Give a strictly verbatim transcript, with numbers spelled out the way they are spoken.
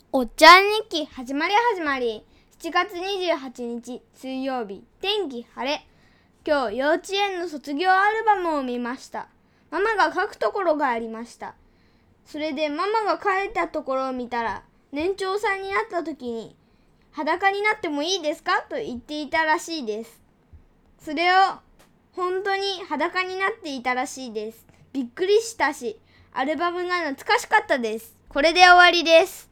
おっちゃん日記始まり始まり。しちがつにじゅうはちにち水曜日、天気晴れ。今日幼稚園の卒業アルバムを見ました。ママが書くところがありました。それでママが書いたところを見たら、年長さんになった時に裸になってもいいですかと言っていたらしいです。それを本当に裸になっていたらしいです。びっくりしたし、アルバムが懐かしかったです。これで終わりです。